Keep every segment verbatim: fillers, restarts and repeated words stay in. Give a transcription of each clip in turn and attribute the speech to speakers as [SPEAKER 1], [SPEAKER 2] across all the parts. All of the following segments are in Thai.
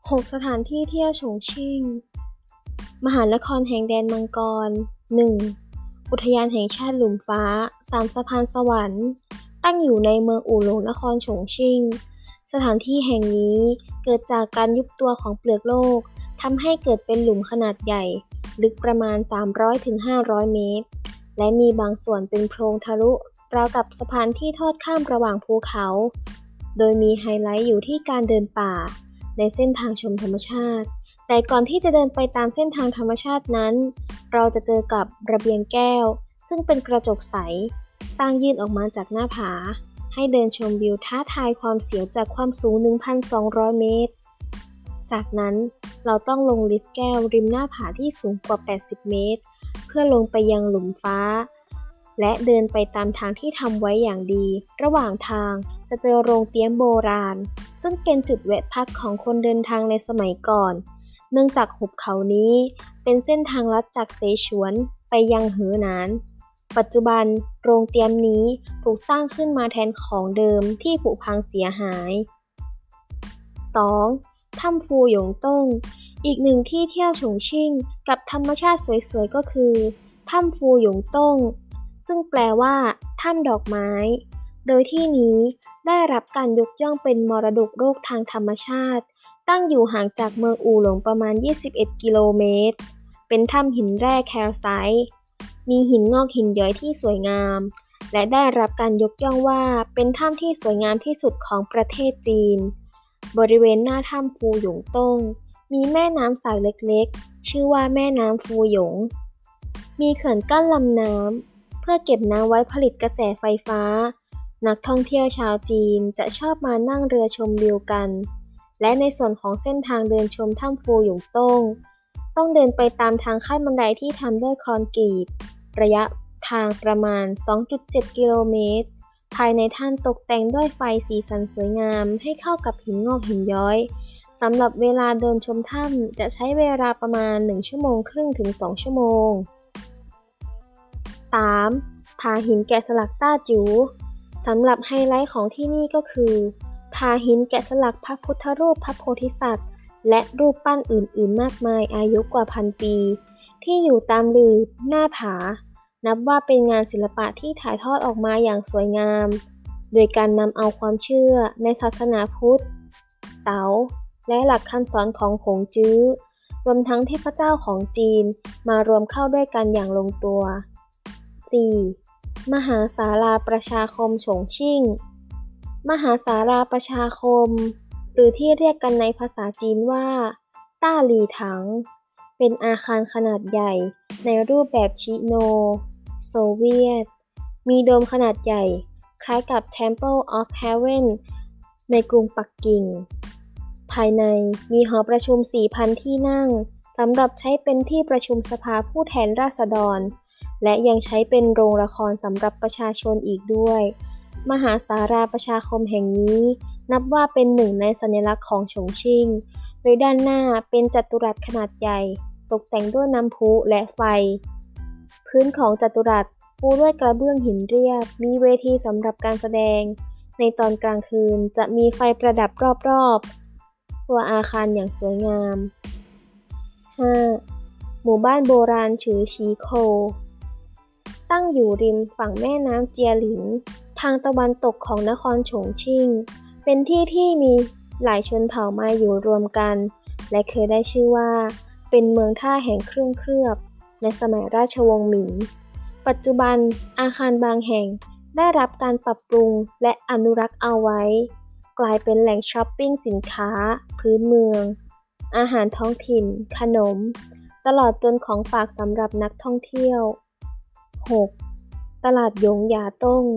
[SPEAKER 1] หก สถานที่เที่ยวฉงชิ่ง มหานครแห่งแดนมังกร หนึ่ง อุทยานแห่งชาติหลุมฟ้า สาม สะพานสวรรค์ ตั้งอยู่ในเมืองอู่หลงนครฉงชิ่ง สถานที่แห่งนี้เกิดจากการยุบตัวของเปลือกโลกทำให้เกิดเป็นหลุมขนาดใหญ่ ลึกประมาณ สามร้อยถึงห้าร้อย เมตร และมีบางส่วนเป็นโพรงทะลุราวกับสะพานที่ทอดข้ามระหว่างภูเขา โดยมีไฮไลท์อยู่ที่การเดินป่าในเส้นทางชมธรรมชาติ แต่ก่อนที่จะเดินไปตามเส้นทางธรรมชาตินั้น เราจะเจอกับระเบียงแก้วซึ่งเป็นกระจกใสสร้างยื่นออกมาจากหน้าผาให้เดินชมวิวท้าทายความเสียวจากความสูง หนึ่งพันสองร้อย เมตร จากนั้นเราต้องลงลิฟต์แก้วริมหน้าผาที่สูงกว่า แปดสิบ เมตร เพื่อลงไปยังหลุมฟ้าและเดินไปตามทางที่ทำไว้อย่างดี ระหว่างทางจะเจอโรงเตี้ยมโบราณซึ่งเป็นจุดแวะพักของคนเดินทางในสมัยก่อนเนื่องจากหุบเขานี้เป็นเส้นทางลัดจากเสฉวนไปยังเหอหนาน ปัจจุบันโรงเตี้ยมนี้ถูกสร้างขึ้นมาแทนของเดิมที่ผุพังเสียหาย สอง ถ้ำฟูหยงต้ง อีกหนึ่งที่เที่ยวฉงชิ่งกับธรรมชาติสวยๆก็คือถ้ำฟูหยงต้งซึ่งแปลว่าถ้ำดอกไม้ โดยที่นี้ได้รับการยกย่องเป็นมรดกโลกทางธรรมชาติตั้งอยู่ห่างจากเมืองอู่หลงประมาณ ยี่สิบเอ็ด กิโลเมตร เป็นถ้ำหินแร่แคลไซต์มีหินงอกหินย้อยที่สวยงามและได้รับการยกย่องว่าเป็นถ้ำที่สวยงามที่สุดของประเทศจีนบริเวณหน้าถ้ำฟูหยงต้งมีแม่น้ำสายเล็กๆชื่อว่าแม่น้ำฟูหยงมีเขื่อนกั้นลำน้ำเพื่อเก็บน้ำไว้ผลิตกระแสไฟฟ้านักท่องเที่ยวชาวจีนจะชอบมานั่งเรือชมวิวกันและในส่วนของเส้นทางเดินชมถ้ำฟูหยงต้งต้องเดินไปตามทางขั้นบันไดที่ทำด้วยคอนกรีตระยะทางประมาณ สองจุดเจ็ด กิโลเมตรภายในถ้ำตกแต่งด้วยไฟสีสันสวยงามให้เข้ากับหินงอกหินย้อยสำหรับเวลาเดินชมถ้ำจะใช้เวลาประมาณ หนึ่ง ชั่วโมงครึ่งถึง สอง ชั่วโมง สาม ผาหินแกะสลักต้าจิ๋วสำหรับไฮไลท์ของที่นี่ก็คือผาหินแกะสลักพระพุทธรูปพระโพธิสัตว์และรูปปั้นอื่นๆมากมายอายุกว่าพันปีที่อยู่ตามหลืบหน้าผานับว่าเป็นงานศิลปะที่ถ่ายทอดออกมาอย่างสวยงามโดยการนำเอาความเชื่อในศาสนาพุทธเต๋าและหลักคำสอนของผงจื้อรวมทั้งเทพเจ้าของจีนมารวมเข้าด้วยกันอย่างลงตัว สี่ มหาศาลาประชาคมฉงชิ่งมหาศาลาประชาคมหรือที่เรียกกันในภาษาจีนว่าต้าหลี่ถังเป็นอาคารขนาดใหญ่ในรูปแบบชิโนโซเวียตมีโดมขนาดใหญ่คล้ายกับ Temple of Heaven ในกรุงปักกิ่งภายในมีหอประชุม สี่พัน ที่นั่งสำหรับใช้เป็นที่ประชุมสภาผู้แทนราษฎรและยังใช้เป็นโรงละครสำหรับประชาชนอีกด้วยมหาศาลาประชาคมแห่งนี้นับว่าเป็นหนึ่งในสัญลักษณ์ของฉงชิ่งโดยด้านหน้าเป็นจัตุรัสขนาดใหญ่ตกแต่งด้วยน้ำพุและไฟพื้นของจัตุรัสปูด้วยกระเบื้องหินเรียบมีเวทีสำหรับการแสดงในตอนกลางคืนจะมีไฟประดับรอบๆตัวอาคารอย่างสวยงาม ห้า หมู่บ้านโบราณฉือฉีโคตั้งอยู่ริมฝั่งแม่น้ำเจียหลินทางตะวันตกของนครฉงชิ่งเป็นที่ที่มีหลายชนเผ่ามาอยู่รวมกันและเคยได้ชื่อว่าเป็นเมืองท่าแห่งเครื่องเคลือบในสมัยราชวงศ์หมิงปัจจุบันอาคารบางแห่งได้รับการปรับปรุงและอนุรักษ์เอาไว้กลายเป็นแหล่งช้อปปิ้งสินค้าพื้นเมืองอาหารท้องถิ่นขนมตลอดจนของฝากสำหรับนักท่องเที่ยว หก ตลาดหยงหยาต้ง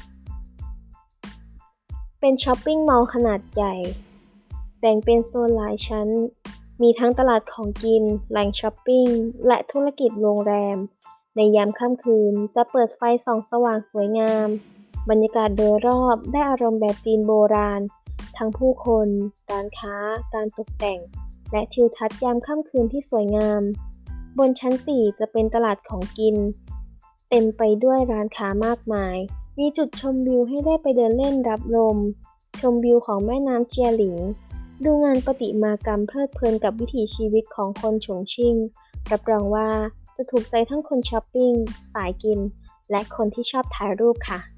[SPEAKER 1] เป็นช้อปปิ้งมอลล์ขนาดใหญ่แบ่งเป็นโซนหลายชั้นมีทั้งตลาดของกินแหล่งช้อปปิ้งและธุรกิจโรงแรมในยามค่ำคืนจะเปิดไฟส่องสว่างสวยงามบรรยากาศโดยรอบได้อารมณ์แบบจีนโบราณทั้งผู้คนร้านค้าการตกแต่งและทิวทัศน์ยามค่ำคืนที่สวยงามบนชั้น สี่ จะเป็นตลาดของกินเต็มไปด้วยร้านค้ามากมายมีจุดชมวิวให้ได้ไปเดินเล่นรับลมชมวิวของแม่น้ำเจียหลิงดูงานประติมากรรมเพลิดเพลินกับวิถีชีวิตของคนฉงชิ่งรับรองว่าจะถูกใจทั้งคนช้อปปิ้ง สายกิน และคนที่ชอบถ่ายรูปค่ะ